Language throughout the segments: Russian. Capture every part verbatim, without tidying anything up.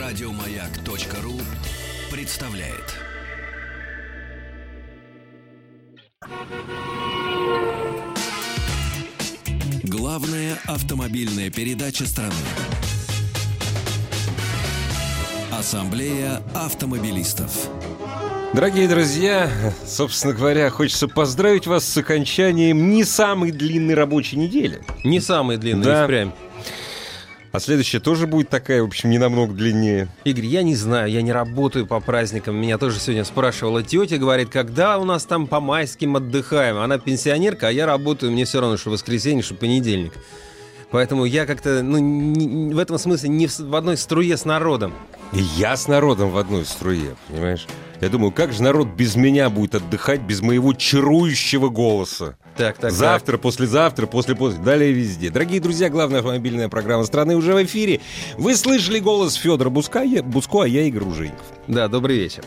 Радиомаяк.ру представляет. Главная автомобильная передача страны. Ассамблея автомобилистов. Дорогие друзья, собственно говоря, хочется поздравить вас с окончанием не самой длинной рабочей недели. Не самой длинной, да. И впрямь. А следующая тоже будет такая, в общем, не намного длиннее. Игорь, я не знаю, я не работаю по праздникам. Меня тоже сегодня спрашивала тетя, говорит, когда у нас там по майским отдыхаем. Она пенсионерка, а я работаю, мне все равно, что воскресенье, что понедельник. Поэтому я как-то, ну, не, в этом смысле не в, в одной струе с народом. И я с народом в одной струе, понимаешь? Я думаю, как же народ без меня будет отдыхать, без моего чарующего голоса? Так, так, Завтра, так. послезавтра, после-после, далее везде. Дорогие друзья, главная автомобильная программа страны уже в эфире. Вы слышали голос Федора Буско, я, Буско, а я Игорь Ужеников. Да, добрый вечер.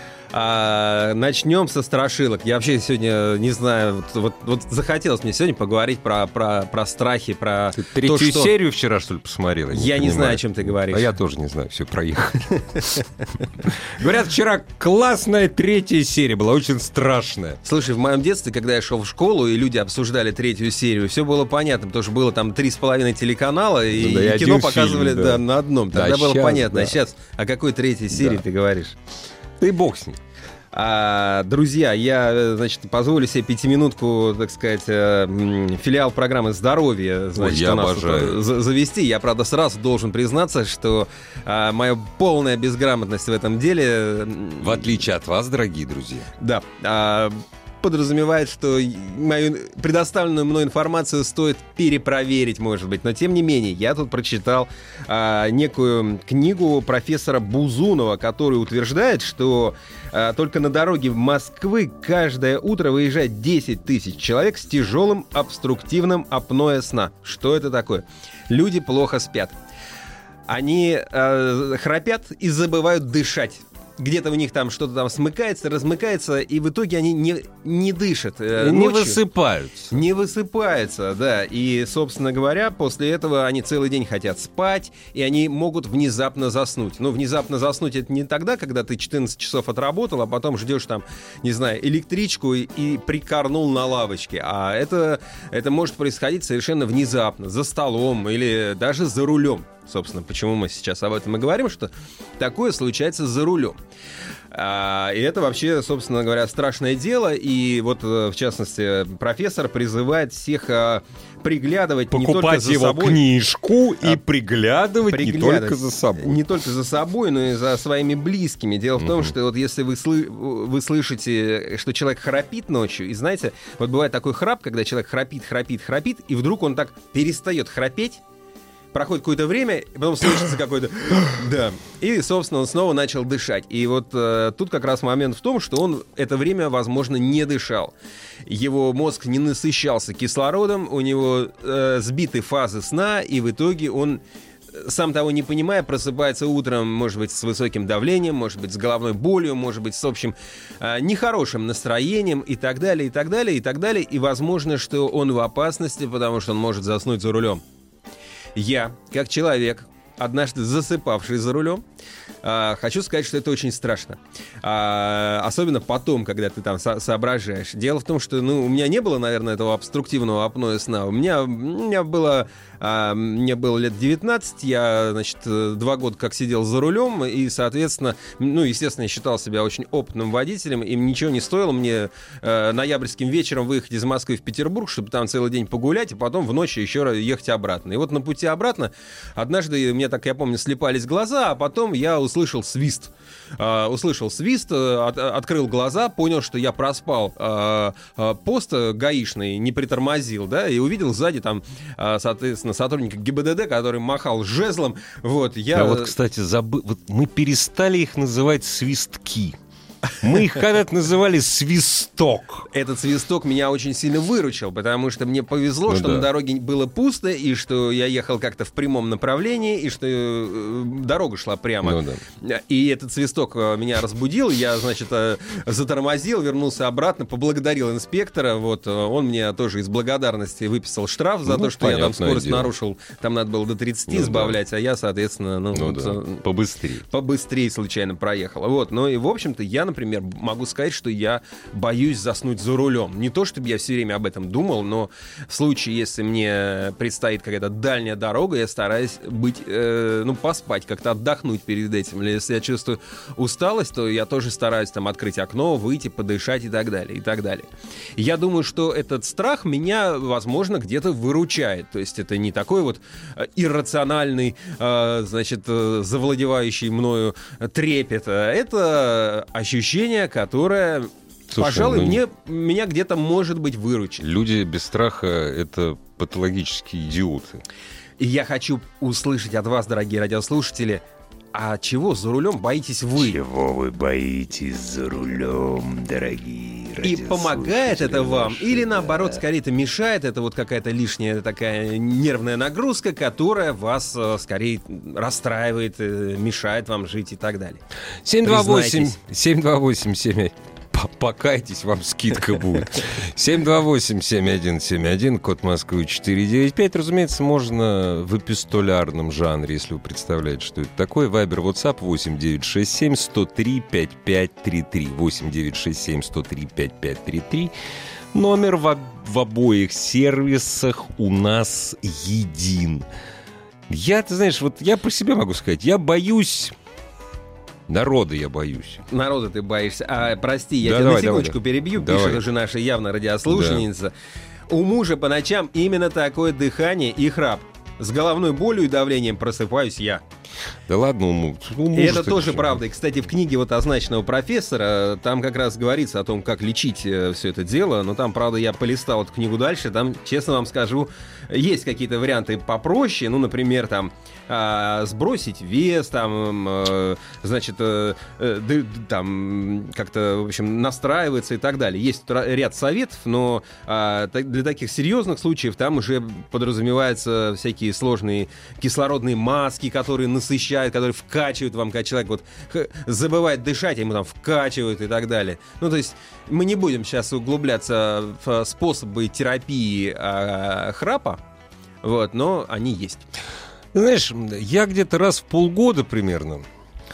А, начнем со страшилок. Я вообще сегодня, не знаю, вот, вот, вот захотелось мне сегодня поговорить про, про, про страхи, про Ты третью то, что... серию вчера, что ли, посмотрел? Я, не, я не понимаю. знаю, о чем ты говоришь. А я тоже не знаю, все, проехали. Говорят, вчера классная третья серия была, очень страшная. Слушай, в моем детстве, когда я шел в школу, и люди обсуждали третью серию, все было понятно, потому что было там три с половиной телеканала, и, ну, да, и кино фильм, показывали да. Да, на одном. Тогда да, было сейчас, понятно. Да. А сейчас о какой третьей серии да. ты говоришь? Ты бог с ним. А, друзья, я, значит, позволю себе пятиминутку, так сказать, филиал программы «Здоровье», значит, Ой, я у нас обожаю. за- завести. Я, правда, сразу должен признаться, что а, моя полная безграмотность в этом деле... В отличие от вас, дорогие друзья. Да, а, подразумевает, что мою предоставленную мной информацию стоит перепроверить, может быть. Но, тем не менее, я тут прочитал а, некую книгу профессора Бузунова, который утверждает, что а, только на дороге в Москвы каждое утро выезжает десять тысяч человек с тяжелым обструктивным апноэ сна. Что это такое? Люди плохо спят. Они а, храпят и забывают дышать. Где-то у них там что-то там смыкается, размыкается, и в итоге они не, не дышат. Э, не ночью. высыпаются. Не высыпаются, да. И, собственно говоря, после этого они целый день хотят спать, и они могут внезапно заснуть. Ну, внезапно заснуть — это не тогда, когда ты четырнадцать часов отработал, а потом ждешь там, не знаю, электричку и, и прикорнул на лавочке. А это, это может происходить совершенно внезапно, за столом или даже за рулем. Собственно, почему мы сейчас об этом и говорим, что такое случается за рулем. А, и это вообще, собственно говоря, страшное дело. И вот, в частности, профессор призывает всех а, приглядывать Покупать не только за его собой, книжку а и приглядывать, приглядывать не только за собой. Не только за собой, но и за своими близкими. Дело в том, Мгм. что вот если вы, сlı- вы слышите, что человек храпит ночью, и знаете, вот бывает такой храп, когда человек храпит, храпит, храпит, и вдруг он так перестает храпеть, проходит какое-то время, и потом слышится какой-то... Да. И, собственно, он снова начал дышать. И вот э, тут как раз момент в том, что он это время, возможно, не дышал. Его мозг не насыщался кислородом, у него э, сбиты фазы сна, и в итоге он, сам того не понимая, просыпается утром, может быть, с высоким давлением, может быть, с головной болью, может быть, с общим э, нехорошим настроением и так далее, и так далее, и так далее. И возможно, что он в опасности, потому что он может заснуть за рулем. Я, как человек, однажды засыпавший за рулем, а, хочу сказать, что это очень страшно. А, особенно потом, когда ты там со- соображаешь. Дело в том, что ну, у меня не было, наверное, этого обструктивного апноэ сна. У меня, у меня было... А, мне было лет девятнадцать, я, значит, два года как сидел за рулем, и, соответственно, ну, естественно, я считал себя очень опытным водителем, им ничего не стоило мне э, ноябрьским вечером выехать из Москвы в Петербург, чтобы там целый день погулять, и потом в ночь еще раз ехать обратно. И вот на пути обратно однажды, мне так, я помню, слепались глаза, а потом я услышал свист. Э, услышал свист, э, от, открыл глаза, понял, что я проспал э, э, пост гаишный, не притормозил, да, и увидел сзади там, э, соответственно, сотрудника ГИБДД, который махал жезлом. Вот, я... А вот, кстати, забыл. Вот мы перестали их называть свистки. Мы их когда-то называли свисток. Этот свисток меня очень сильно выручил, потому что мне повезло, Ну что да. на дороге было пусто, и что я ехал как-то в прямом направлении, и что э, дорога шла прямо. Ну да. И этот свисток э, меня разбудил, я, значит, э, затормозил, вернулся обратно, поблагодарил инспектора, вот, э, он мне тоже из благодарности выписал штраф за Ну, то, что я там понятное скорость дело. нарушил, там надо было до тридцати Ну сбавлять, а я, соответственно, ну, Ну вот, да, э, побыстрее. побыстрее случайно проехал. Вот. Ну и, в общем-то, я, например, могу сказать, что я боюсь заснуть за рулем. Не то, чтобы я все время об этом думал, но в случае, если мне предстоит какая-то дальняя дорога, я стараюсь быть, э, ну, поспать, как-то отдохнуть перед этим. Или если я чувствую усталость, то я тоже стараюсь там открыть окно, выйти, подышать и так далее, и так далее. И я думаю, что этот страх меня, возможно, где-то выручает. То есть это не такой вот э, иррациональный, э, значит, э, завладевающий мною трепет. Это ощущение, которое, Слушай, пожалуй, ну, мне, меня где-то, может быть, выручит. Люди без страха — это патологические идиоты. И я хочу услышать от вас, дорогие радиослушатели, а чего за рулем боитесь вы? Чего вы боитесь за рулем, дорогие И помогает это вам? Или наоборот, скорее это мешает? Это вот какая-то лишняя такая нервная нагрузка, которая вас э, скорее расстраивает, э, мешает вам жить и так далее. семь два восемь Признайтесь. семь два восемь семь Покайтесь, вам скидка будет. семь два восемь семь один семь один, код Москвы четыре девять пять. Разумеется, можно в эпистолярном жанре, если вы представляете, что это такое. Вайбер, WhatsApp восемь девятьсот шестьдесят семь сто три пятьдесят пять тридцать три. восемь девятьсот шестьдесят семь сто три пятьдесят пять тридцать три. Номер в, в обоих сервисах у нас един. Я, ты знаешь, вот я про себя могу сказать, я боюсь... Народа я боюсь. Народа ты боишься. А, прости, я Да, тебя давай, на секундочку давай, перебью, давай. пишет уже наша явно радиослушательница. У мужа по ночам именно такое дыхание и храп. С головной болью и давлением просыпаюсь я. Да ладно, уму. И это тоже правда. И, кстати, в книге вот означенного профессора там как раз говорится о том, как лечить э, все это дело. Но там, правда, я полистал эту книгу дальше. Там, честно вам скажу, есть какие-то варианты попроще. Ну, например, там э, сбросить вес, там, э, значит, э, э, д- д- там как-то, в общем, настраиваться и так далее. Есть ра- ряд советов, но э, та- для таких серьезных случаев там уже подразумеваются всякие сложные кислородные маски, которые насыщают, которые вкачивают вам, когда человек вот х- забывает дышать, ему там вкачивают и так далее. Ну, то есть мы не будем сейчас углубляться в способы терапии э, храпа, вот, но они есть. Знаешь, я где-то раз в полгода примерно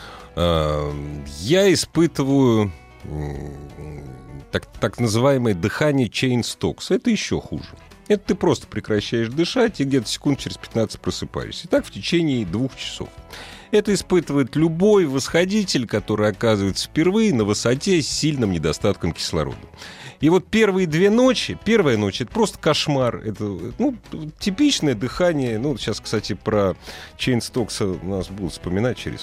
э, я испытываю э, так, так называемое дыхание Чейн-Стокс. Это еще хуже. Это ты просто прекращаешь дышать и где-то секунд через пятнадцать просыпаешься. И так в течение двух часов. Это испытывает любой восходитель, который оказывается впервые на высоте с сильным недостатком кислорода. И вот первые две ночи, первая ночь — это просто кошмар. Это, ну, типичное дыхание. Ну, сейчас, кстати, про Чейн-Стокса у нас будут вспоминать через...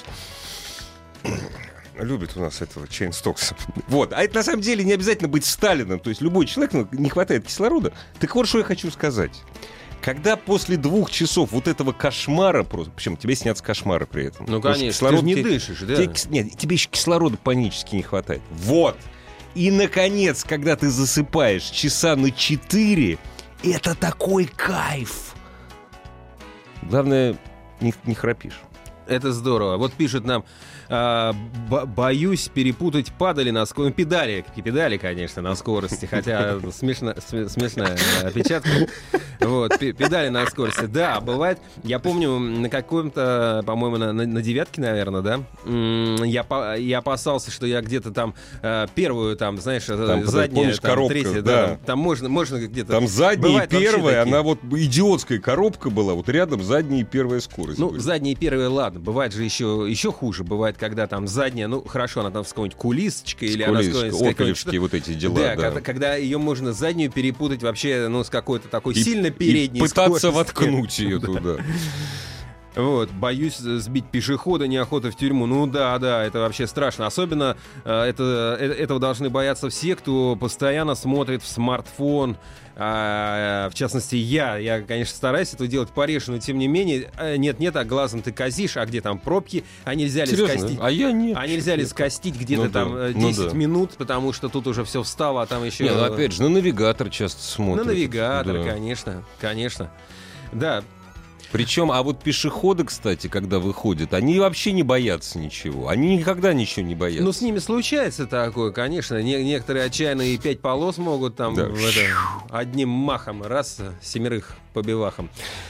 Любит у нас этого Чейн-Стокса. Вот. А это на самом деле не обязательно быть Сталином. То есть любой человек, ну, не хватает кислорода. Так вот, что я хочу сказать. Когда после двух часов вот этого кошмара, просто, причем тебе снятся кошмары при этом. Ну, Потому что конечно, ты же не тебе- дышишь, да? тебе кис- нет, тебе еще кислорода панически не хватает. Вот. И, наконец, когда ты засыпаешь часа на четыре, это такой кайф. Главное, не, не храпишь. Это здорово. Вот пишет нам, а, бо- боюсь перепутать падали на скорости. Педали, какие педали, конечно, на скорости, хотя смешно, сме- смешная э, опечатка. Вот, пе- педали на скорости. Да, бывает. Я помню, на каком-то, по-моему, на, на- на девятке, наверное, да, м, я, по- я опасался, что я где-то там э, первую, там, знаешь, э, Там, задняя, помнишь, там, коробка, третья, да. там, там можно, можно где-то... Там задняя и Бывает вообще первая, такие. она вот идиотская коробка была, вот рядом задняя и первая скорость. Ну, были. задние и первые, ладно. Бывает же еще, еще хуже. Бывает, когда там задняя, ну, хорошо, она там с какой-нибудь кулисочкой, или она с Скулечка, какой-нибудь... с какой-нибудь- опелевские вот эти дела, Да, да. Когда, когда ее можно заднюю перепутать вообще, ну, с какой-то такой И- сильно и передней пытаться скоростью. воткнуть ее Да. туда. Вот, боюсь сбить пешехода, неохота в тюрьму. Ну да, да, это вообще страшно. Особенно э, это, э, этого должны бояться все, кто постоянно смотрит в смартфон. А, в частности, я. Я, конечно, стараюсь это делать пореже, но тем не менее, нет-нет, а глазом ты казишь, а где там пробки, а нельзя ли Серьезно? скостить? А я нет. А нельзя ли скостить где-то Ну там да, десять ну да. минут, потому что тут уже все встало, а там еще... Не, ну опять же, на навигатор часто смотрят. На навигатор, Да. конечно, конечно. Да. Причем, а вот пешеходы, кстати, когда выходят, они вообще не боятся ничего. Они никогда ничего не боятся. Ну, с ними случается такое, конечно. Не- некоторые отчаянные пять полос могут там Да. в это, одним махом, раз, семерых по бивахам.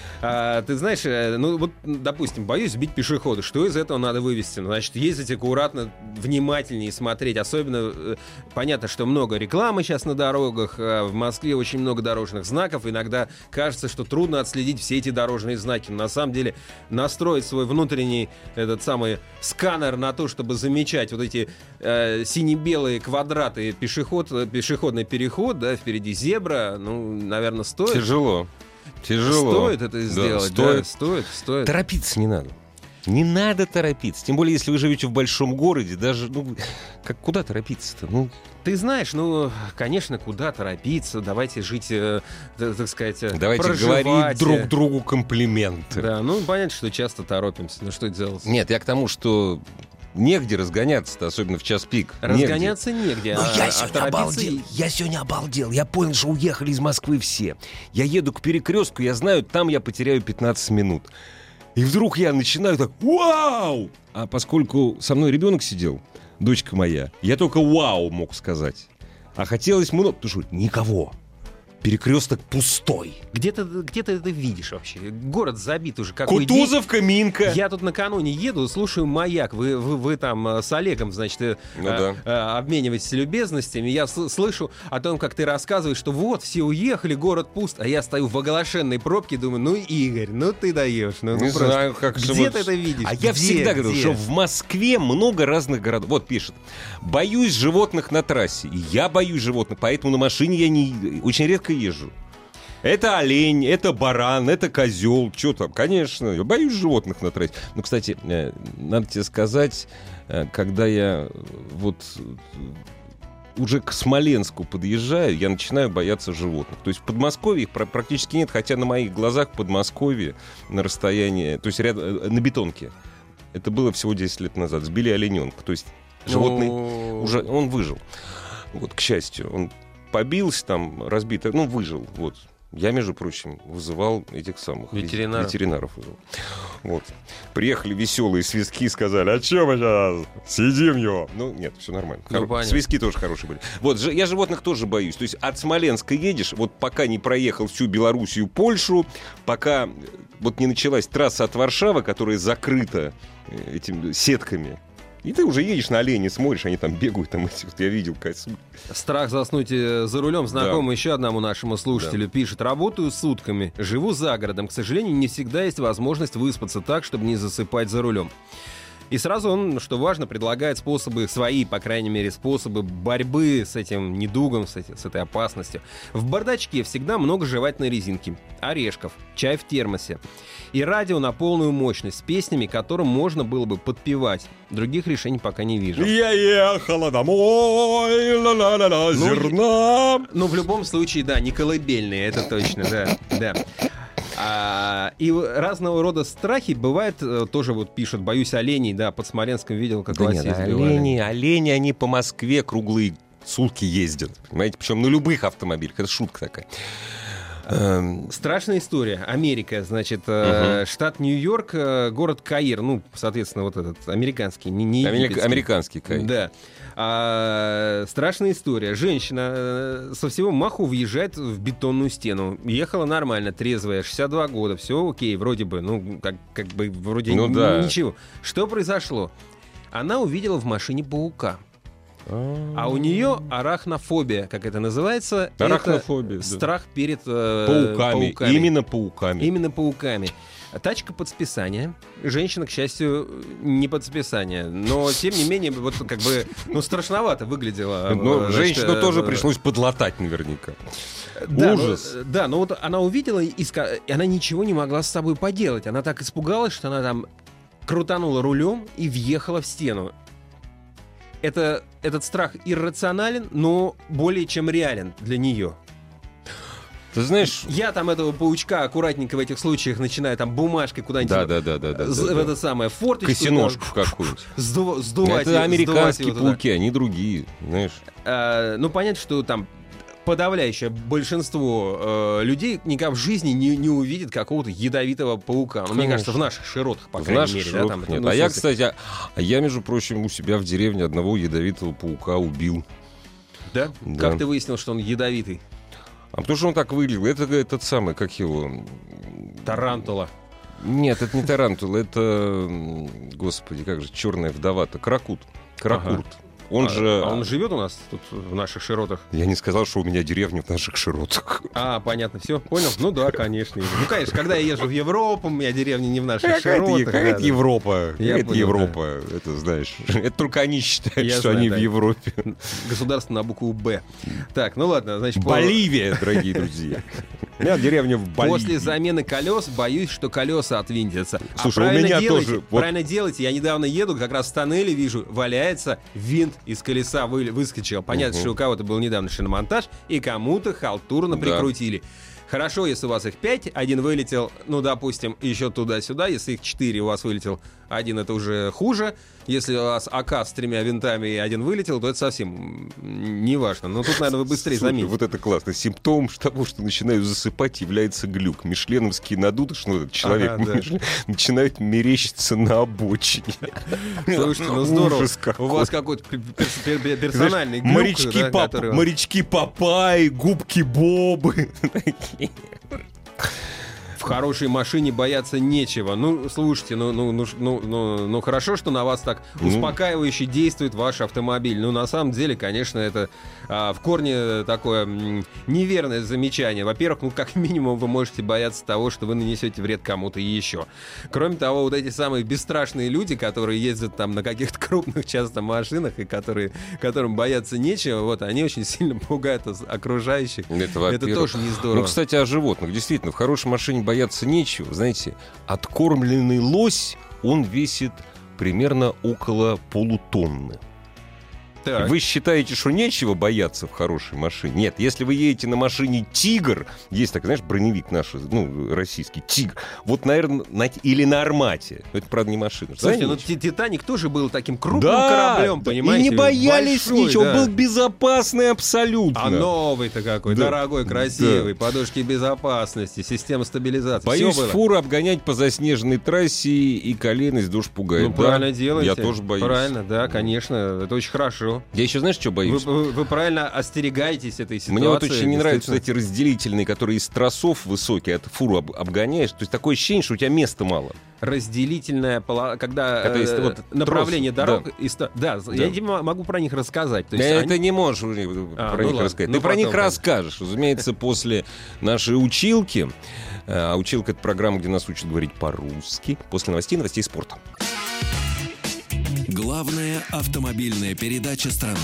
А, ты знаешь, э, ну вот, допустим, боюсь сбить пешехода. Что из этого надо вывести? Ну, значит, ездить аккуратно, внимательнее смотреть. Особенно, э, понятно, что много рекламы сейчас на дорогах. э, В Москве очень много дорожных знаков. Иногда кажется, что трудно отследить все эти дорожные знаки. Но на самом деле настроить свой внутренний этот самый сканер на то, чтобы замечать вот эти э, сине-белые квадраты, пешеход, пешеходный переход, да, впереди зебра, ну, наверное, стоит. Тяжело. Тяжело. Стоит это Да, сделать, стоит. да, стоит, стоит. Торопиться не надо. Не надо торопиться. Тем более, если вы живете в большом городе, даже, ну, как, куда торопиться-то? Ну, Ты знаешь, ну, конечно, куда торопиться, давайте жить, э, т- так сказать, э, давайте проживать, говорить друг э, другу комплименты. Да, ну, понятно, что часто торопимся, ну, что делать? Нет, я к тому, что негде разгоняться-то, особенно в час пик. Разгоняться негде, Ну, а, я а сегодня торопиться обалдел. и- Я сегодня обалдел. Я понял, что уехали из Москвы все. Я еду к перекрестку, я знаю, там я потеряю пятнадцать минут. И вдруг я начинаю так «Вау!» А поскольку со мной ребенок сидел, дочка моя, я только «Вау!» мог сказать. А хотелось много, потому что никого. Перекресток пустой. Где ты, где ты это видишь вообще? Город забит уже какой день. Кутузовка, Минка. Я тут накануне еду, слушаю «Маяк». Вы, вы, вы там э, с Олегом, значит, э, Ну э, да. э, обмениваетесь любезностями. Я с- слышу о том, как ты рассказываешь, что вот, все уехали, город пуст. А я стою в оглашенной пробке, думаю, ну, Игорь, ну ты даешь. Ну, Не ну, просто знаю, как же Где вот- ты это видишь? А я Где? всегда говорю, Где? что в Москве много разных городов. Вот пишет. Боюсь животных на трассе. И я боюсь животных, поэтому на машине я не очень редко езжу. Это олень, это баран, это козел. Что там? Конечно, я боюсь животных на трассе. Ну, кстати, э, надо тебе сказать, э, когда я э, вот э, уже к Смоленску подъезжаю, я начинаю бояться животных. То есть в Подмосковье их пр- практически нет, хотя на моих глазах в Подмосковье на расстоянии, то есть ряд, э, на бетонке. Это было всего десять лет назад. Сбили олененка. То есть животный Ну, уже, он выжил. Вот, к счастью, он побился там, разбитый, ну, выжил, вот. Я, между прочим, вызывал этих самых Ветеринаров. ветеринаров вызвал. Вот. Приехали веселые свистки и сказали, а что мы сейчас сидим его? Ну, нет, все нормально. Ну, Хоро- понятно. Свистки тоже хорошие были. Вот, же- я животных тоже боюсь. То есть от Смоленска едешь, вот пока не проехал всю Белоруссию, Польшу, пока э, вот не началась трасса от Варшавы, которая закрыта э, этими сетками, и ты уже едешь на оленя, смотришь, они там бегают, там эти, вот я видел, кайс- Страх заснуть э, за рулем знакомый еще одному нашему слушателю пишет. Работаю сутками, живу за городом. К сожалению, не всегда есть возможность выспаться так, чтобы не засыпать за рулем. И сразу он, что важно, предлагает способы, свои, по крайней мере, способы борьбы с этим недугом, с, эти- с этой опасностью. В бардачке всегда много жевательной резинки, орешков, чай в термосе и радио на полную мощность с песнями, которым можно было бы подпевать. Других решений пока не вижу. Я ехала домой, ла-ла-ла-ла, Ну, зерна. Ну, в любом случае, да, не колыбельные, это точно, да, да. А, и разного рода страхи бывает, э, тоже вот пишут, боюсь оленей, да, под Смоленском видел, как Да лосей нет, сбивали. олени, олени, они по Москве круглые сутки ездят, понимаете, причем на любых автомобилях, это шутка такая. Эм, Страшная история. Америка, значит, э, штат Нью-Йорк, э, город Каир, ну, соответственно, вот этот американский, не, не америк- египетский. Американский кайф. Да. А, страшная история. Женщина э, со всего маху въезжает в бетонную стену. Ехала нормально, трезвая, шестьдесят два года, все окей, вроде бы, ну, как, как бы, вроде Ну н- да. ничего. Что произошло? Она увидела в машине паука. А у нее арахнофобия, как это называется. Арахнофобия, Это да. страх перед э, Пауками. Именно пауками. Именно пауками. Тачка под списание. Женщина, к счастью, не под списание. Но, тем не менее, вот как бы, ну, страшновато выглядела. Ну, Значит, женщину э, тоже э, пришлось подлатать наверняка. Да, Ужас. Ну, да, но вот она увидела, и, ска- и она ничего не могла с собой поделать. Она так испугалась, что она там крутанула рулем и въехала в стену. Это, этот страх иррационален, но более чем реален для нее. Ты знаешь... Я там этого паучка аккуратненько в этих случаях начинаю там бумажкой куда-нибудь Да, да, да, да, да, з- да, в да. это самое форточку. Косиножку да, какую-нибудь. сду- сдувать Это его- американские сдувать его туда. пауки, они другие, знаешь. А, ну, понятно, что там подавляющее большинство э, людей никак в жизни не, не увидит какого-то ядовитого паука. Ну, мне Конечно. кажется, в наших широтах, по В крайней наших мере. Да, широтах там, нет. ну, А в я, смысле- кстати, а, а я, между прочим, у себя в деревне одного ядовитого паука убил. Да? Да. Как ты выяснил, что он ядовитый? А потому что он так выглядел. Это этот самый, как его... Тарантула. Нет, это не тарантул, это, м, господи, как же, черная вдова-то, каракут, каракурт. Он а, же... а он живет у нас тут в наших широтах? Я не сказал, что у меня деревня в наших широтах. А, понятно, все, понял? Ну да, конечно. Ну, конечно, когда я езжу в Европу, у меня деревня не в наших Какая это, широтах. какая да, это да. Европа? Я Это понял, Европа, это знаешь. Это только они считают, Я что знаю, они да. в Европе. Государство на букву «Б». Так, ну ладно, значит... по- Боливия, дорогие друзья. У меня деревня в Боливии. После замены колес боюсь, что колеса отвинтятся. Слушай, а у правильно меня делаете, тоже, вот- правильно делаете. Я недавно еду, как раз в тоннеле вижу, валяется винт из колеса вы- выскочил. Понятно, Мгм. что у кого-то был недавно шиномонтаж, и кому-то халтурно Да. прикрутили. Хорошо, если у вас их пять, один вылетел, ну, допустим, еще туда-сюда. Если их четыре, у вас вылетел один, это уже хуже. Если у вас АК с тремя винтами и один вылетел, то это совсем не важно. Но тут, наверное, вы быстрее Слушай, заметите. вот это классно. Симптом того, что начинаю засыпать, является глюк. Мишленовский надутыш, ну, этот человек Ага, да. Мишлен, начинает мерещиться на обочине. Слушайте, ну здорово. Ужас какой. У вас какой-то пер- пер- пер- персональный Знаешь, глюк, морячки, да, пап- который- морячки Папай, губки Бобы. В хорошей машине бояться нечего. Ну, слушайте, ну, ну, ну, ш- ну, ну, ну хорошо, что на вас так Ну. успокаивающе действует ваш автомобиль. Ну, на самом деле, конечно, это а, в корне такое м, неверное замечание. Во-первых, ну, как минимум, вы можете бояться того, что вы нанесете вред кому-то еще. Кроме того, вот эти самые бесстрашные люди, которые ездят там на каких-то крупных часто машинах и которые, которым бояться нечего, вот, они очень сильно пугают ос- окружающих. Это, Это во-первых. тоже не здорово. Ну, кстати, о животных. Действительно, в хорошей машине бояться нечего. Знаете, откормленный лось, он весит примерно около полутонны. Так. Вы считаете, что нечего бояться в хорошей машине? Нет, если вы едете на машине «Тигр», есть такой, знаешь, броневик наш, ну, российский, «Тигр», вот, наверное, на, или на «Армате». Это, правда, не машина. Слушайте, Знаете, ну «Ти- «Титаник» тоже был таким крупным да, кораблем, да, понимаете? и не боялись Большой, ничего, да. он был безопасный абсолютно. А новый-то какой, Да. дорогой, красивый, подушки безопасности, система стабилизации. Боюсь Всё было. фуру обгонять по заснеженной трассе, и коленность душ пугает. Ну, Да, правильно делаете. Я тоже боюсь. Правильно, да, конечно, это очень хорошо. Я еще, знаешь, что Вы, боюсь? вы- вы правильно остерегаетесь этой ситуации. Мне вот очень не нравятся действительно. эти разделительные, которые из тросов высокие, от фуру об- обгоняешь. То есть такое ощущение, что у тебя места мало. Разделительная, пола- когда Это э, есть вот направление трос, дорог... и ста- Да, я тебе м- могу про них рассказать. То есть Да, они- это не можешь уже А, про ну них ладно. рассказать. Ну, Ты про них потом, расскажешь. Разумеется, после нашей училки. А училка — это программа, где нас учат говорить по-русски. После новостей, новостей спорта. Главная автомобильная передача страны.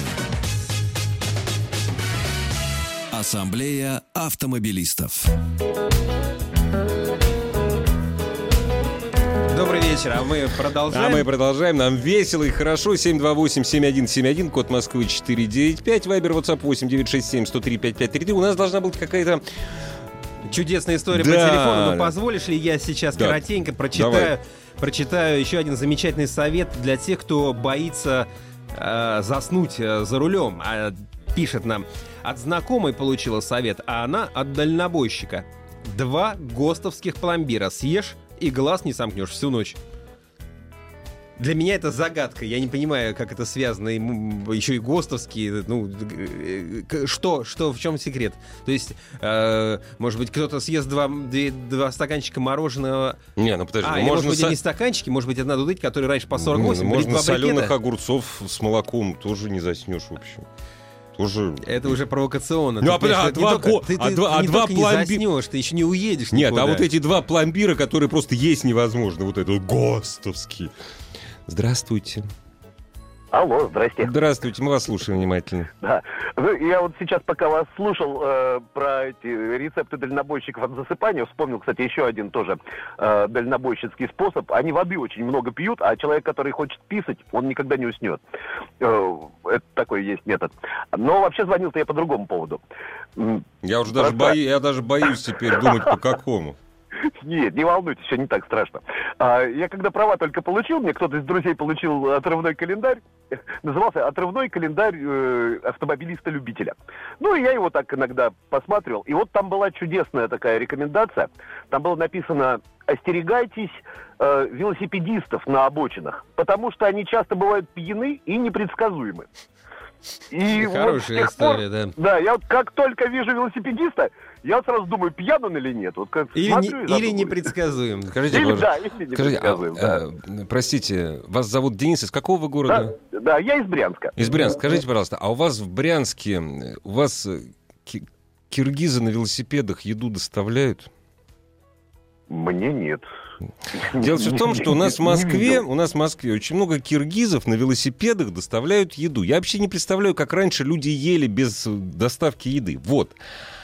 Ассамблея автомобилистов. Добрый вечер, а мы продолжаем. А мы продолжаем. Нам весело и хорошо. семь два восемь семь один семь один, код Москвы четыре девять пять, вайбер, ватсап восемь девятьсот шестьдесят семь сто три пятьдесят пять тридцать три. У нас должна быть какая-то... Чудесная история Да. по телефону. Но позволишь ли я сейчас Да. коротенько прочитаю, прочитаю еще один замечательный совет для тех, кто боится э, заснуть э, за рулем. А, пишет нам: от знакомой получила совет, а она от дальнобойщика. Два гостовских пломбира съешь и глаз не сомкнешь всю ночь. Для меня это загадка. Я не понимаю, как это связано. Ему еще и ГОСТовские. Ну, э, э, что, что, в чем секрет? То есть, э, может быть, кто-то съест два, две- два стаканчика мороженого. Не, ну подожди, А, ну, или, может можно, быть, со- и не стаканчики, может быть, это надо дуть, который раньше по сорок Не, восемь. ну, будет можно два брикета. соленых огурцов с молоком тоже не заснешь, в общем. тоже... Это уже провокационно. Ну, Ты, а, а, конечно, два, не только, ко- ты, а ты два, а не два только не пломби- заснешь, ты еще не уедешь Нет, никуда. а вот эти два пломбира, которые просто есть невозможно. Вот это ГОСТовский. Здравствуйте. Алло, здрасте. Здравствуйте, мы вас слушаем внимательно. Да. Ну, я вот сейчас, пока вас слушал э, про эти рецепты дальнобойщиков от засыпания, вспомнил, кстати, еще один тоже э, дальнобойщицкий способ. Они воды очень много пьют, а человек, который хочет писать, он никогда не уснет. Э, это такой есть метод. Но вообще звонил-то я по другому поводу. М, Я уже даже, Просто- бои- я даже боюсь теперь думать, по какому. Нет, не волнуйтесь, все не так страшно. А, я когда права только получил, мне кто-то из друзей получил отрывной календарь, назывался «Отрывной календарь э, автомобилиста-любителя». Ну, и я его так иногда посматривал. И вот там была чудесная такая рекомендация. Там было написано «Остерегайтесь э, велосипедистов на обочинах, потому что они часто бывают пьяны и непредсказуемы». И вот с Хорошая тех пор- история, да. Да, я вот как только вижу велосипедиста, я вот сразу думаю, пьян он или нет. Вот как Или, смотрю и не, или задумываюсь. непредсказуем. Скажите, Или, пожалуйста, да, или скажите, а, непредсказуем, да. а, простите, вас зовут Денис, из какого вы города? Да, да, я из Брянска. Из Брянска. Скажите, пожалуйста, а у вас в Брянске, э, у вас э, ки- киргизы на велосипедах еду доставляют? Мне нет. Дело все в том, что у нас в Не Москве, видел. у нас в Москве очень много киргизов на велосипедах доставляют еду. Я вообще не представляю, как раньше люди ели без э, доставки еды. Вот.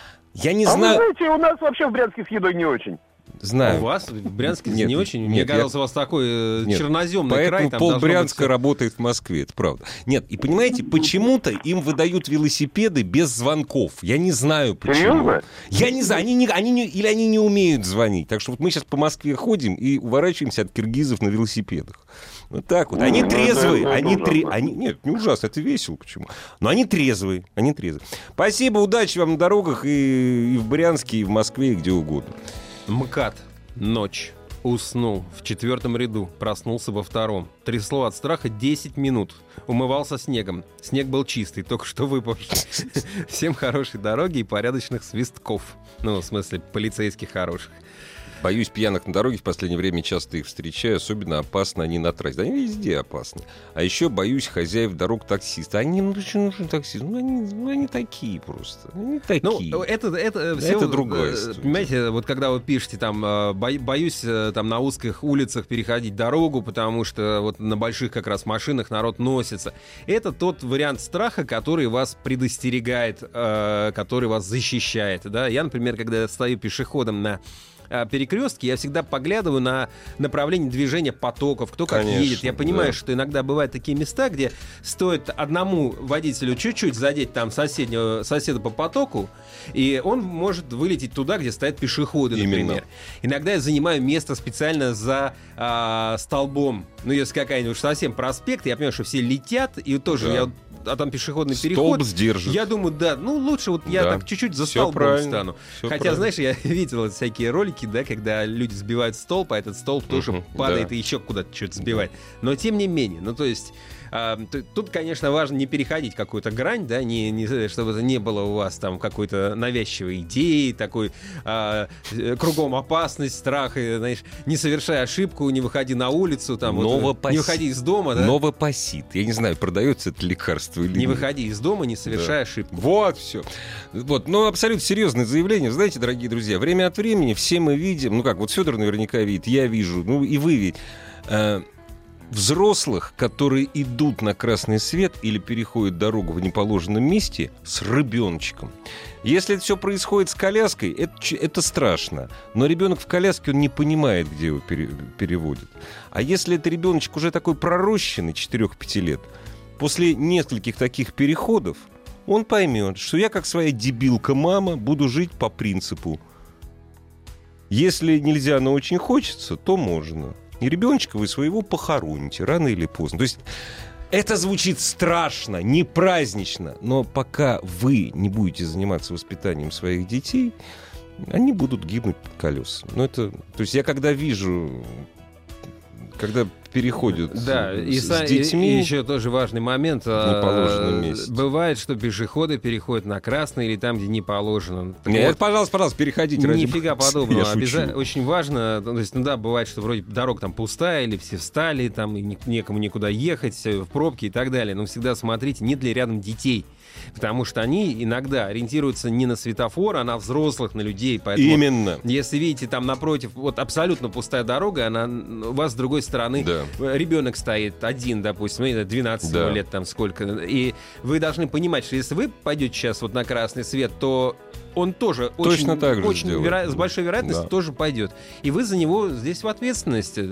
Я не А вы знаю... знаете, у нас вообще в Брянске с едой не очень. Знаю. У вас в Брянске Нет, не очень? нет, Мне я- казалось, у вас такой э, Нет, черноземный Поэтому край. Там пол должно Брянска быть всё- работает в Москве, это правда. Нет, и понимаете, почему-то им выдают велосипеды без звонков. Я не знаю почему. Серьезно? Я не знаю, они не, они не, или они не умеют звонить. Так что вот мы сейчас по Москве ходим и уворачиваемся от киргизов на велосипедах. Вот так вот. Они Ну, это- трезвые. это Они тре... ужасно. они... Нет, не ужасно, это весело. Почему? Но они трезвые. Они трезвые. Спасибо, удачи вам на дорогах и, и в Брянске, и в Москве, и где угодно. МКАД. Ночь. Уснул в четвертом ряду, проснулся во втором. Трясло от страха десять минут. Умывался снегом. Снег был чистый, только что выпавший. Всем хорошей дороги и порядочных свистков. Ну, в смысле, полицейских хороших. Боюсь пьяных на дороге, в последнее время часто их встречаю, особенно опасно они на трассе. Да они везде опасны. А еще боюсь хозяев дорог таксиста. Они, ну что нужны таксисты? Ну они, ну, они такие просто. Они такие. Ну, это, это, все, Это другая э, история. Понимаете, вот когда вы пишете, там, э, бо- боюсь э, там на узких улицах переходить дорогу, потому что вот на больших как раз машинах народ носится. Это тот вариант страха, который вас предостерегает, э, который вас защищает. Да? Я, например, когда стою пешеходом на перекрестке, я всегда поглядываю на направление движения потоков, кто как Конечно, едет. Я понимаю, да. что иногда бывают такие места, где стоит одному водителю чуть-чуть задеть там соседнего, соседа по потоку, и он может вылететь туда, где стоят пешеходы, например. Именно. Иногда я занимаю место специально за а, столбом. Ну, если какая-нибудь совсем проспект, я понимаю, что все летят, и тоже Да. я... А там пешеходный Столб переход. сдержит. Я думаю, да, ну лучше вот я Да. так чуть-чуть за Всё столбом правильно. встану. Всё Хотя, правильно. знаешь, я видел всякие ролики, да, когда люди сбивают столб, а этот столб тоже Мгм, падает да. и еще куда-то что-то сбивает. Но тем не менее, ну то есть а, т- тут, конечно, важно не переходить какую-то грань, да, не, не- чтобы это не было у вас там какой-то навязчивой идеи, такой а, э, кругом опасность, страх, и, знаешь, не совершай ошибку, не выходи на улицу, там, вот, Новопоси- не выходи из дома, да, Новопосит. Я не знаю, продается это лекарство или не нет. выходи из дома, не совершай Да. ошибку. Вот, все. Вот, ну, абсолютно серьезное заявление. Знаете, дорогие друзья, время от времени все мы видим, ну как, вот Федор наверняка видит, я вижу, ну и вы видите, э, взрослых, которые идут на красный свет или переходят дорогу в неположенном месте с ребеночком. Если это все происходит с коляской, это, ч- это страшно. Но ребенок в коляске, он не понимает, где его пере- переводят. А если это ребеночек уже такой пророщенный, четыре-пять лет, после нескольких таких переходов, он поймет, что я, как своя дебилка-мама, буду жить по принципу: если нельзя, но очень хочется, то можно. И ребеночка вы своего похороните рано или поздно. То есть это звучит страшно, не празднично, но пока вы не будете заниматься воспитанием своих детей, они будут гибнуть под колесами. Ну, это, то есть я когда вижу, когда переходят Да, с, и, с са- детьми. и, и еще тоже важный момент. в неположенном а, месте. Бывает, что пешеходы переходят на красный или там, где не положено. Так Нет, вот, пожалуйста, пожалуйста, переходите. ради нифига бога. подобного. Я шучу. Обяза- Очень важно, то есть, ну да, бывает, что вроде дорога там пустая, или все встали, там и ни- некому никуда ехать, все в пробке и так далее. Но всегда смотрите, нет ли рядом детей. Потому что они иногда ориентируются не на светофор, а на взрослых, на людей. Поэтому Именно. если видите, там напротив вот абсолютно пустая дорога, она у вас с другой стороны Да. ребенок стоит один, допустим, ну, двенадцать Да. лет там сколько, и вы должны понимать, что если вы пойдете сейчас вот на красный свет, то он тоже Точно очень, так же очень сделает. веро- с большой вероятностью Да. тоже пойдет. И вы за него здесь в ответственности.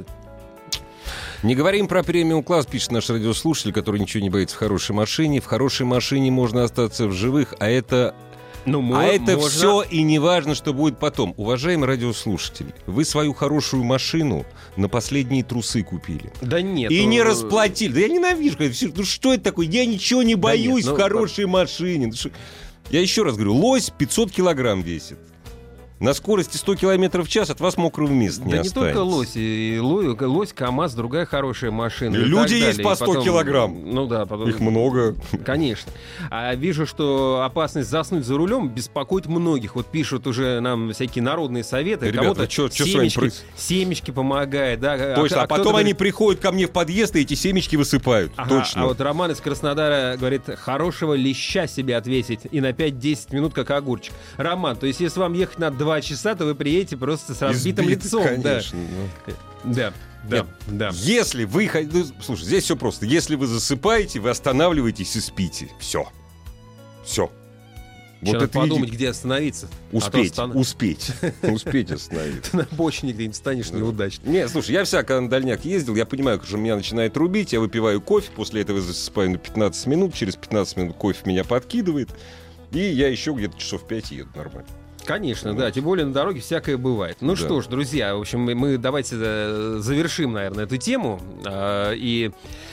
Не говорим про премиум-класс, пишет наш радиослушатель, который ничего не боится в хорошей машине. В хорошей машине можно остаться в живых, а это... Ну, мо- а это можно- все и не важно, что будет потом. Уважаемый радиослушатель, вы свою хорошую машину на последние трусы купили. Да нет. И ну, не расплатили. Да я ненавижу. это всё. Ну что это такое? Я ничего не боюсь нет, ну, в хорошей машине. Ну что- Я еще раз говорю, лось пятьсот килограмм весит. На скорости сто километров в час от вас мокрого места не Да не останется. только лось, и лось, лось, КамАЗ, другая хорошая машина. И и люди так есть далее. по И сто потом- килограмм. Ну да, потом... Их много. Конечно. А вижу, что опасность заснуть за рулем беспокоит многих. Вот пишут уже нам всякие народные советы. Ребята, Кому-то вы чё- чё с вами семечки, проис- семечки помогает. Да, Точно. А, кто-то потом они говорит- приходят ко мне в подъезд и эти семечки высыпают. Ага, Точно. А вот Роман из Краснодара говорит, хорошего леща себе отвесить и на пять-десять минут как огурчик. Роман, то есть если вам ехать на два часа, то вы приедете просто с разбитым Избитый, лицом. конечно. ну. Да, да, Нет, да. да. Если вы... хо- ну, слушай, здесь все просто. Если вы засыпаете, вы останавливаетесь и спите. Все. Все. Еще Вот надо это подумать, види- где остановиться. А то Успеть, остан- успеть. Успеть остановиться. Ты на обочине где-нибудь станешь неудачно. Не, слушай, я всяко на дальняк ездил, я понимаю, что меня начинает рубить, я выпиваю кофе, после этого засыпаю на пятнадцать минут, через пятнадцать минут кофе меня подкидывает, и я еще где-то часов пять еду нормально. Конечно, да. Тем более на дороге всякое бывает. Ну Да. что ж, друзья, в общем, мы, мы давайте э, завершим, наверное, эту тему. э, и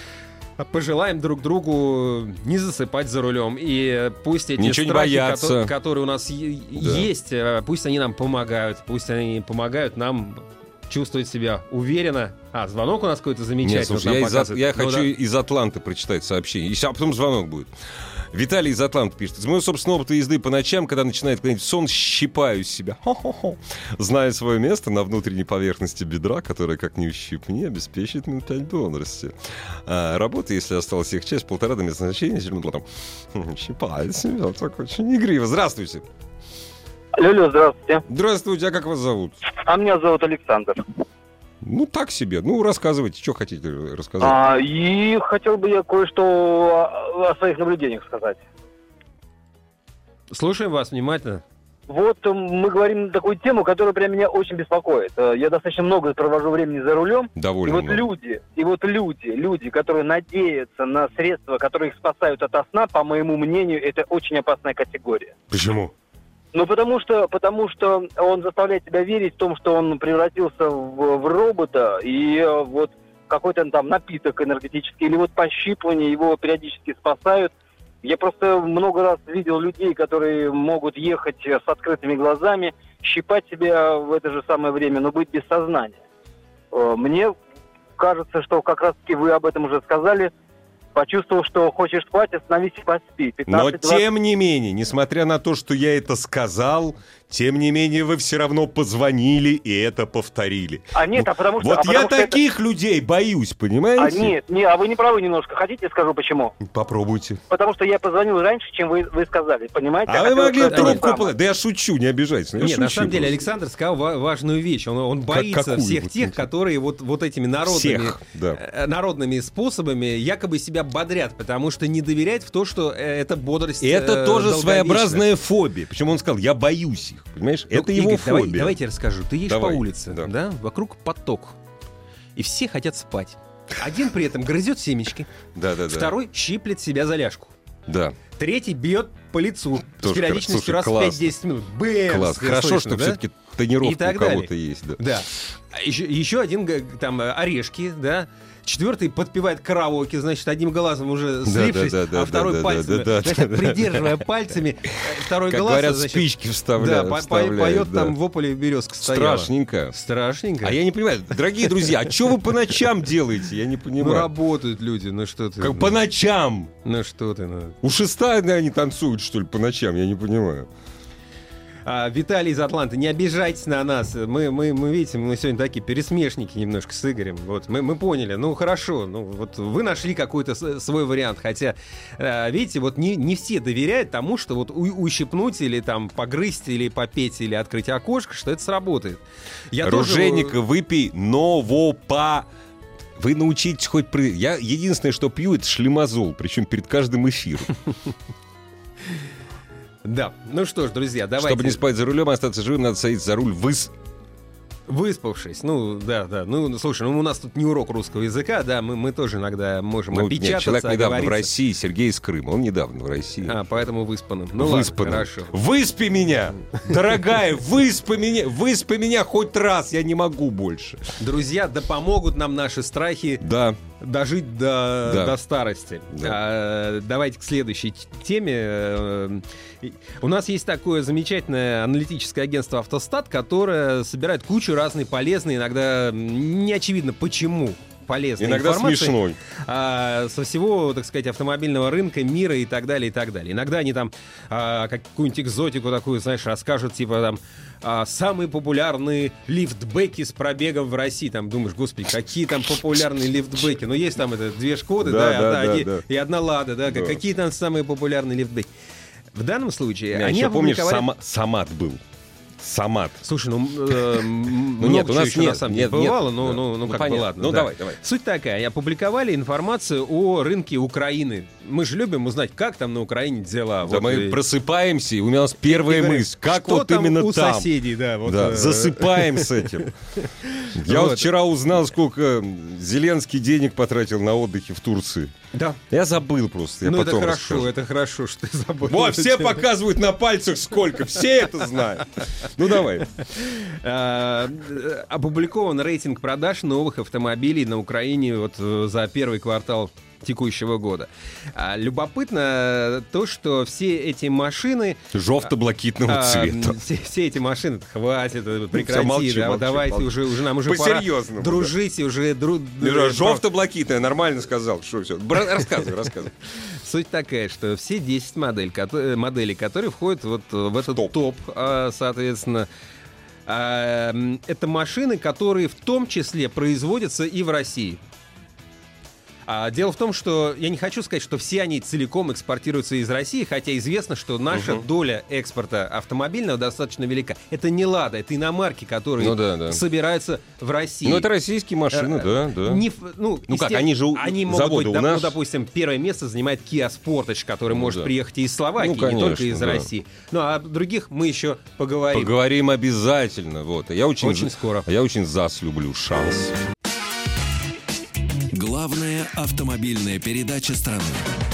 пожелаем друг другу не засыпать за рулем. И пусть эти Ничего не страхи, бояться. кото- которые у нас е- Да. есть, э, пусть они нам помогают. Пусть они помогают нам чувствовать себя уверенно. А, звонок у нас какой-то замечательный. Нет, слушай, вот нам я, из, Ат- показывает. я Ну хочу да. из Атланты прочитать сообщение, и ща- а потом звонок будет. Виталий из Атланты пишет. Из моего собственного опыта езды по ночам, когда начинает клонить в сон, щипаю себя. Хо-хо-хо. Зная свое место на внутренней поверхности бедра, которая, как не ущипни, обеспечит минут пять бодрости. А, работа, если осталось их часть, полтора до места назначения, потом щипает себя. Так очень игриво. Здравствуйте. Алло, здравствуйте. Здравствуйте, а как вас зовут? А меня зовут Александр. Ну, так себе. Ну, рассказывайте, что хотите рассказать. А, и хотел бы я кое-что о, о своих наблюдениях сказать. Слушаем вас внимательно. Вот э, мы говорим на такую тему, которая прям меня очень беспокоит. Э, Я достаточно много провожу времени за рулем. И Довольно вот много. люди, и вот люди, люди, которые надеются на средства, которые их спасают от сна, по моему мнению, это очень опасная категория. Почему? Ну, потому что, потому что он заставляет тебя верить в том, что он превратился в, в робота, и э, вот какой-то там напиток энергетический, или вот пощипывание его периодически спасают. Я просто много раз видел людей, которые могут ехать с открытыми глазами, щипать себя в это же самое время, но быть без сознания. Э, Мне кажется, что как раз-таки вы об этом уже сказали. Почувствовал, что хочешь спать, остановись и поспи. Но пятнадцать двадцать тем не менее, несмотря на то, что я это сказал, тем не менее вы все равно позвонили и это повторили. А нет, а потому что... Вот а я потому что это- таких людей боюсь, понимаете? А нет, не, а вы не правы немножко. Хотите, скажу почему? Попробуйте. Потому что я позвонил раньше, чем вы, вы сказали, понимаете? А Я вы хотел могли сказать то же трубку... самое. пла- Да я шучу, не обижайтесь. Я Нет, на шучу самом деле просто. Александр сказал ва- важную вещь. Он, он боится какую? всех Вот тех, эти? которые вот, вот этими народными, Всех, да. э, народными способами якобы себя бодрят, потому что не доверяет в то, что э, это бодрость И это э, тоже долговечна. своеобразная фобия. Почему он сказал, я боюсь их. Понимаешь? Ну, это Игорь, его давай- фобия. давайте я расскажу. Ты едешь Давай, по улице, да. да. вокруг поток, и все хотят спать. Один при этом грызет семечки, Да, да, да. второй щиплет себя за ляжку. Да. Третий бьет по лицу Тоже с периодичностью слушай, раз в классно. пять-десять минут. Бэмс! Класс. Хорошо, слышно, что да? все-таки тонировка И так у кого-то далее. есть. Да. Да. еще, еще один г- там орешки, да. Четвертый подпевает караоке, значит, одним глазом уже слившись, да, да, а второй да, пальцами, да, да, значит, да, да. придерживая пальцами второй Как глаз. говорят, значит, спички да, вставляют. по- по- вставляют, поет да. там в ополе березка стояла. Страшненько. Страшненько. А я не понимаю, дорогие друзья, а что вы по ночам делаете? Я не Ну, понимаю. работают люди, ну что ты. Как ну, по ночам. Ну что ты, ну. У шеста они танцуют, что ли, по ночам? Я не понимаю. А, Виталий из Атланты, не обижайтесь на нас. Мы, мы, мы видите, мы сегодня такие пересмешники немножко с Игорем. Вот, мы, мы поняли. Ну, хорошо. Ну, вот вы нашли какой-то с- свой вариант. Хотя, а, видите, вот не, не все доверяют тому, что вот у- ущипнуть или там погрызть, или попеть, или открыть окошко, что это сработает. Я Ружейника, тоже... выпей новопа. Вы научитесь хоть... При... Я единственное, что пью, это шлемазол. Причем перед каждым эфиром. Да. Ну что ж, друзья, давайте... Чтобы не спать за рулем, остаться живым, надо садиться за руль выс... Выспавшись, ну да, да, ну слушай, ну у нас тут не урок русского языка, да, мы, мы тоже иногда можем Ну, опечататься, нет, человек недавно в оговориться. России, Сергей из Крыма. Он недавно в России. А, поэтому выспанным. Ну Выспанным. ладно, хорошо. Выспи меня! Дорогая, выспи меня! Выспи меня хоть раз, я не могу больше. Друзья, да помогут нам наши страхи Да. дожить до, Да. до старости. Да. А, давайте к следующей т- теме. Э, и- У нас есть такое замечательное аналитическое агентство «Автостат», которое собирает кучу разной полезной, иногда м, не очевидно почему полезной Иногда информации. смешной. а, со всего, так сказать, автомобильного рынка, мира и так далее, и так далее. Иногда они там а, какую-нибудь экзотику такую, знаешь, расскажут, типа там а, самые популярные лифтбеки с пробегом в России. Там думаешь, господи, какие там популярные лифтбеки. Ну, есть там это две Шкоды, Да, да, и да, одна- да, они- да. и одна Лада, да, Да. какие там самые популярные лифтбеки. В данном случае Я они еще помнишь, опубликовали- сама- Самат был. Самат. Слушай, ну, э, м, Ну, много нет, у чего нас еще нет, на самом деле нет, нет. бывало, но, Да. ну, ну, Ну, как понятно. бы ладно. Ну, да. давай, давай. Суть такая, опубликовали информацию о рынке Украины. Мы же любим узнать, как там на Украине дела. Да Вот, мы и- просыпаемся, и у нас первая и говорим, мысль. Как что вот там именно у там? соседей, да. Вот, Да, э, засыпаем с этим. Я вот Вот. вчера узнал, сколько Зеленский денег потратил на отдыхе в Турции. Да. Я забыл просто. Я Ну, это потом хорошо, расскажу. это хорошо, что ты забыл. Вот, все показывают на пальцах сколько, все это знают. Ну, давай. А, э, Опубликован рейтинг продаж новых автомобилей на Украине вот э, за первый квартал текущего года. А, Любопытно то, что все эти машины... Жовто-блакитного а, цвета. м, все, все эти машины, хватит, э, прекрати, молчи, да, молчи, давайте молчи. уже, уже нам уже пора По-серьезному, дружить, уже дру- Ну, э, Жовто-блакитное, нормально сказал. Что все? Рассказывай, рассказывай. Суть такая, что все десять модель, кото- э, моделей, которые входят вот э, в этот топ. топ, а, соответственно, а, м, это машины, которые в том числе производятся и в России. А дело в том, что я не хочу сказать, что все они целиком экспортируются из России, хотя известно, что наша Мгм. доля экспорта автомобильного достаточно велика. Это не «Лада», это иномарки, которые Ну да, да. собираются в России. Ну, это российские машины, Э, да, да. Не в- ну, Ну как, есте- они же у- они могут заводы быть, у доп- нас. ну, допустим, первое место занимает Kia Sportage, который Ну может да. приехать и из Словакии, Ну, не конечно, только из да. России. Ну, а о других мы еще поговорим. Поговорим обязательно. Вот. Я очень, Очень скоро. Я очень ЗАЗ люблю. Шанс. Главная автомобильная передача страны.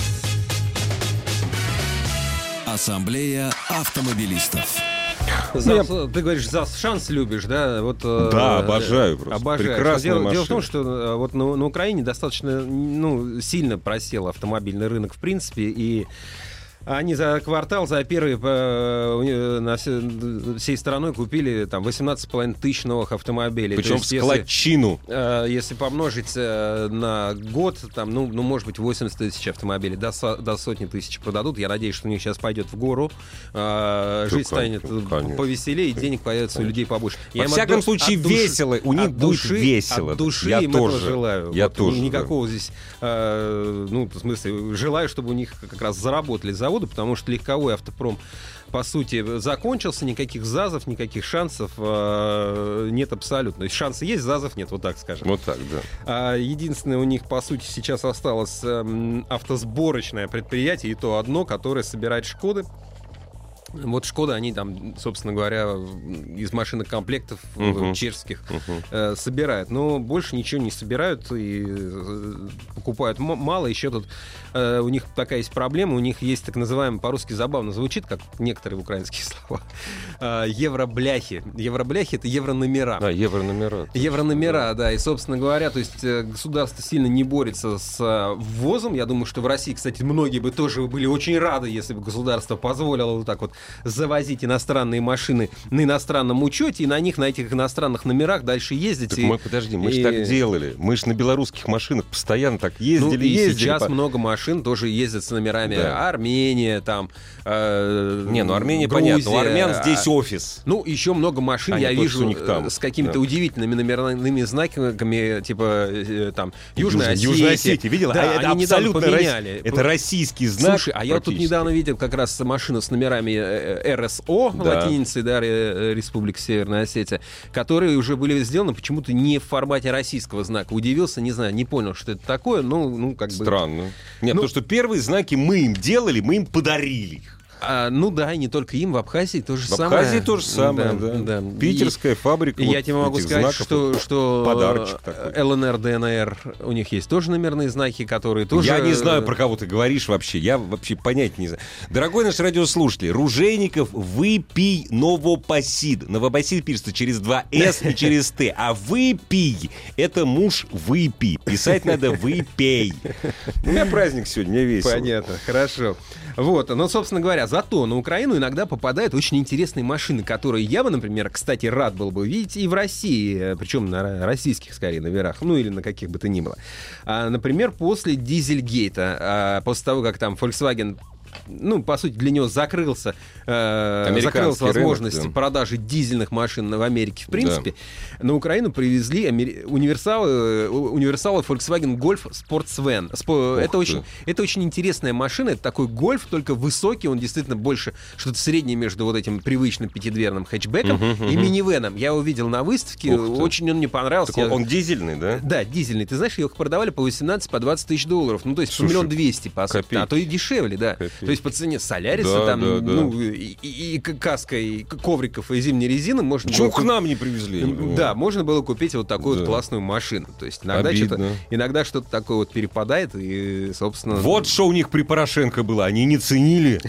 Ассамблея автомобилистов. За- Ты говоришь, за шанс любишь, да? Вот, э, Да, обожаю просто. Обожаю. Прекрасная дело, дело в машина. том, что э, вот на, на Украине достаточно ну, сильно просел автомобильный рынок в принципе, и они за квартал, за первый э, на все- всей страной купили там восемнадцать с половиной тысяч новых автомобилей. То Причем в есть, если- складчину. Э, Если помножить э, на год, там, ну, ну, может быть, восемьдесят тысяч автомобилей, до, со- до сотни тысяч продадут. Я надеюсь, что у них сейчас пойдет в гору. Э, Ну, жизнь станет конечно, э, конечно. повеселее, и денег появится у людей побольше. Я Во им всяком от ду- случае, от души- весело. У них от будет души- весело. От души Я им тоже. этого желаю. Я Вот, тоже, Никакого здесь, э, ну, в смысле, желаю, чтобы у них как раз заработали заводы, потому что легковой автопром, по сути, закончился, никаких ЗАЗов, никаких шансов э, нет абсолютно. То есть шансы есть, ЗАЗов нет, вот так скажем. Вот так, да. А, единственное, у них, по сути, сейчас осталось эм, автосборочное предприятие, и то одно, которое собирает «Шкоды». Вот Шкода, они там, собственно говоря, из машинокомплектов Мгм. чешских Мгм. э, собирают. Но больше ничего не собирают и э, покупают м- мало. Еще тут э, у них такая есть проблема. У них есть так называемый, по-русски забавно звучит, как некоторые украинские слова, э, евробляхи. Евробляхи — это еврономера. А, еврономера. Еврономера, да, и, собственно говоря, то есть э, государство сильно не борется с э, ввозом. Я думаю, что в России, кстати, многие бы тоже были очень рады, если бы государство позволило вот так вот завозить иностранные машины на иностранном учете и на них, на этих иностранных номерах дальше ездить. Так и, мы, подожди, мы и- же так делали. Мы же на белорусских машинах постоянно так ну, ездили, и ездили. сейчас по- много машин тоже ездят с номерами Да. Армения, там... э, Не, ну Армения, Грузия, понятно. У армян здесь а- офис. Ну, еще много машин Они я точно вижу у них там. э, с какими-то Да. удивительными номерными знаками, типа э, там Южная Южная Осетия. Осетия, видела? Да, А это они недавно абсолютно поменяли. рос- это российский знак. Слушай, а я тут практически. недавно видел как раз машину с номерами э, э, эр эс о, Да. латиницей, да, Ре- Республика Северная Осетия, которые уже были сделаны почему-то не в формате российского знака. Удивился, не знаю, не понял, что это такое, ну, ну как бы... Странно. Нет, Ну- потому что первые знаки мы им делали, мы им подарили их. А, ну да, и не только им, в Абхазии то же В самое. Абхазии то же самое, да. да. Питерская фабрика И вот я тебе могу этих сказать, знаков. что, что подарочек такой. эл эн эр, дэ эн эр, у них есть тоже номерные знаки, которые тоже... Я не знаю, про кого ты говоришь вообще. Я вообще понятия не знаю. Дорогой наш радиослушатель, Ружейников выпей Новопосид. Новопосид пишется через два эс и через т. А выпей — это муж выпей. Писать надо выпей. У меня праздник сегодня, мне весело. Понятно, хорошо. Вот, но, собственно говоря, зато на Украину иногда попадают очень интересные машины, которые я бы, например, кстати, рад был бы видеть и в России, причем на ро- российских, скорее, номерах, ну или на каких бы то ни было. А, например, после Дизельгейта, а, после того, как там Volkswagen, ну, по сути, для него закрылся, э, Американский закрылась возможность рынок, да. продажи дизельных машин в Америке, в принципе. На Украину привезли амери- универсалы, э, универсалы Volkswagen Golf Sportsvan. Спо- Ух это, ты. очень, это очень интересная машина. Это такой Golf, только высокий. Он действительно больше что-то среднее между вот этим привычным пятидверным хэтчбеком Мгм, и мгм. минивеном. Я его видел на выставке. Ух ты. Очень он мне понравился. Так он, Я- он дизельный, да? Да, дизельный. Ты знаешь, их продавали по восемнадцать, по двадцать тысяч долларов. Ну, то есть по Слушай, миллион двести, по сути. копейки. А то и дешевле, да. Копейки. То есть по цене Соляриса, Да, там, да, да. ну, и, и- и каской, и ковриков, и зимней резины можно Почему было к нам не привезли? я не понимаю? да, можно было купить вот такую Да. вот классную машину. То есть иногда Обидно. что-то, иногда что-то такое вот перепадает, и, собственно... Вот что у них при Порошенко было, они не ценили.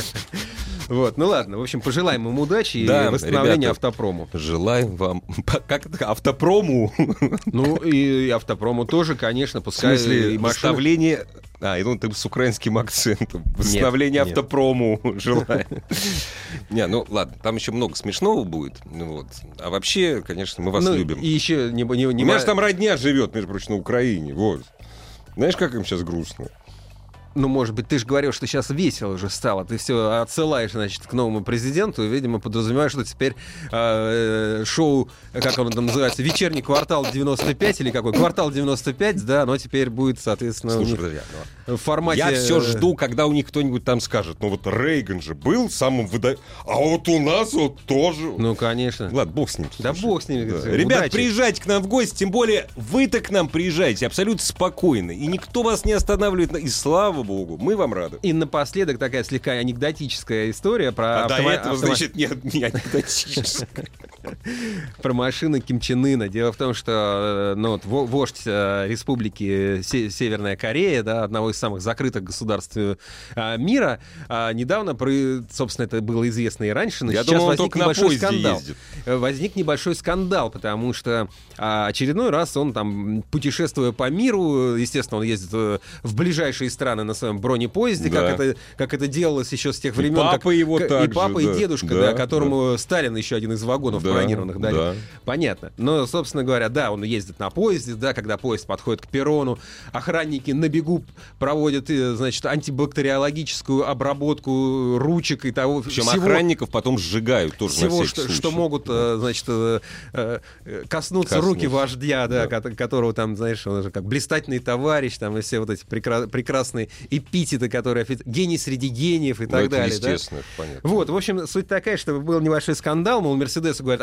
Вот, ну ладно, в общем, пожелаем им удачи Да, и восстановления ребята. автопрому. Желаем вам... Как это? Автопрому? Ну и автопрому тоже, конечно, В пускай смысле, и машины... восстановление... А, и ну ты с украинским акцентом. Восстановление нет. автопрому желаем. Не, ну ладно, там еще много смешного будет. Ну вот. А вообще, конечно, мы вас Ну, любим. и еще не, не, У не меня ма- же там родня живет, между прочим, на Украине. Вот. Знаешь, как им сейчас грустно? Ну, может быть, ты же говорил, что сейчас весело уже стало. Ты все отсылаешь, значит, к новому президенту, и, видимо, подразумеваешь, что теперь э, шоу, как оно там называется, «Вечерний квартал девяносто пять» или какой? «Квартал девяносто пять», да, оно теперь будет, соответственно, у Слушай, них подожди, в формате... я все жду, когда у них кто-нибудь там скажет, ну вот Рейган же был самым выда... А вот у нас вот тоже... Ну, конечно. Ладно, бог с ним. Да слушай. бог с ними. Да. Удачи. Ребят, приезжайте к нам в гости, тем более вы-то к нам приезжаете абсолютно спокойно, и никто вас не останавливает, и слава богу, мы вам рады. И напоследок такая слегка анекдотическая история про, А до автома- этого, автома- значит, нет, не анекдотическое. про машины Ким Чен Ына. Дело в том, что э, ну, вот, во- вождь э, республики Се- Северная Корея, да, одного из самых закрытых государств э, мира, э, недавно, при- собственно, это было известно и раньше, но Я сейчас думал, он возник только на небольшой поезде скандал. ездит. Э, Возник небольшой скандал, потому что а, очередной раз он там, путешествуя по миру, естественно, он ездит э, в ближайшие страны на своем бронепоезде, Да. как это, как это делалось еще с тех И времен. папа как, его как- так И же, папа, да. и дедушка, Да, да, которому Сталин еще один из вагонов Да, бронированных дали. да. Понятно. Но, собственно говоря, да, он ездит на поезде, да, когда поезд подходит к перрону, охранники на бегу проводят, э, значит, антибактериологическую обработку ручек и того Причем всего. охранников потом сжигают тоже на Всего, всякий что, случай. что могут, э, значит, э, э, коснуться Коснуться. руки вождя, да, Да. ко- которого там, знаешь, он же как блистательный товарищ, там, и все вот эти прекра- прекрасные эпитеты, которые офи- гений среди гениев и Ну, так это далее. Да? естественно, понятно. Вот, в общем, суть такая, что был небольшой скандал, мол, Мерседесу говорят,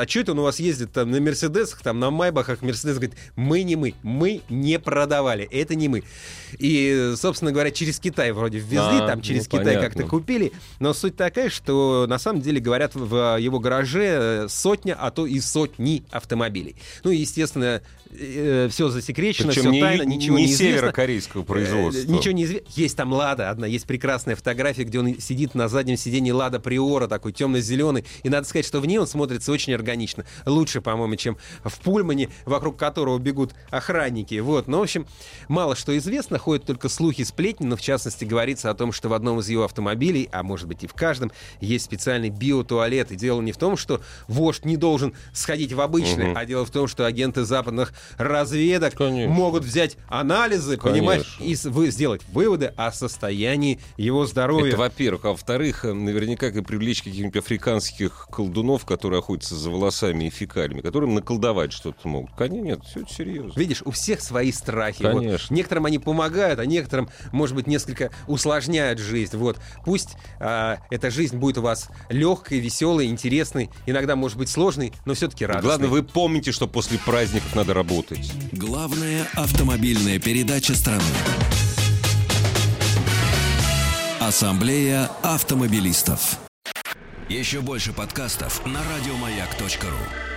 а что это он у вас ездит там на Мерседесах, там на Майбахах, Мерседес говорит, мы не мы, мы не продавали, это не мы. И, собственно говоря, через Китай вроде ввезли, А, там через ну, Китай понятно. как-то купили, но суть такая, что на самом деле, говорят, в его гараже сотня, а то и сотни автомобилей. Ну, и, естественно, все засекречено, Причем все не, тайно, ничего не, не известно. северокорейского производства. Э, Ничего не известно. Есть там Лада одна, есть прекрасная фотография, где он сидит на заднем сиденье Лада Приора, такой темно-зеленый, и надо сказать, что в ней он смотрится очень органично. Лучше, по-моему, чем в Пульмане, вокруг которого бегут охранники. Вот. Но, в общем, мало что известно, ходят только слухи, сплетни, но, в частности, говорится о том, что в одном из его автомобилей, а может быть и в каждом, есть специальный биотуалет. И дело не в том, что вождь не должен сходить в обычный, Угу. а дело в том, что агенты западных разведок Конечно. могут взять анализы, Конечно. понимаешь, и с- вы, сделать выводы о состоянии его здоровья. Это во-первых. А во-вторых, наверняка и привлечь каких-нибудь африканских колдунов, которые охотятся за волосами и фекалиями, которым наколдовать что-то могут. Конечно, нет, все это серьезно. Видишь, у всех свои страхи. Вот. Конечно. Некоторым они помогают, а некоторым, может быть, несколько усложняют жизнь. Вот. Пусть а, эта жизнь будет у вас легкой, веселой, интересной, иногда, может быть, сложной, но все-таки радостной. Главное, вы помните, что после праздников надо работать. Главная автомобильная передача страны. Ассамблея автомобилистов. Еще больше подкастов на радиомаяк точка ру.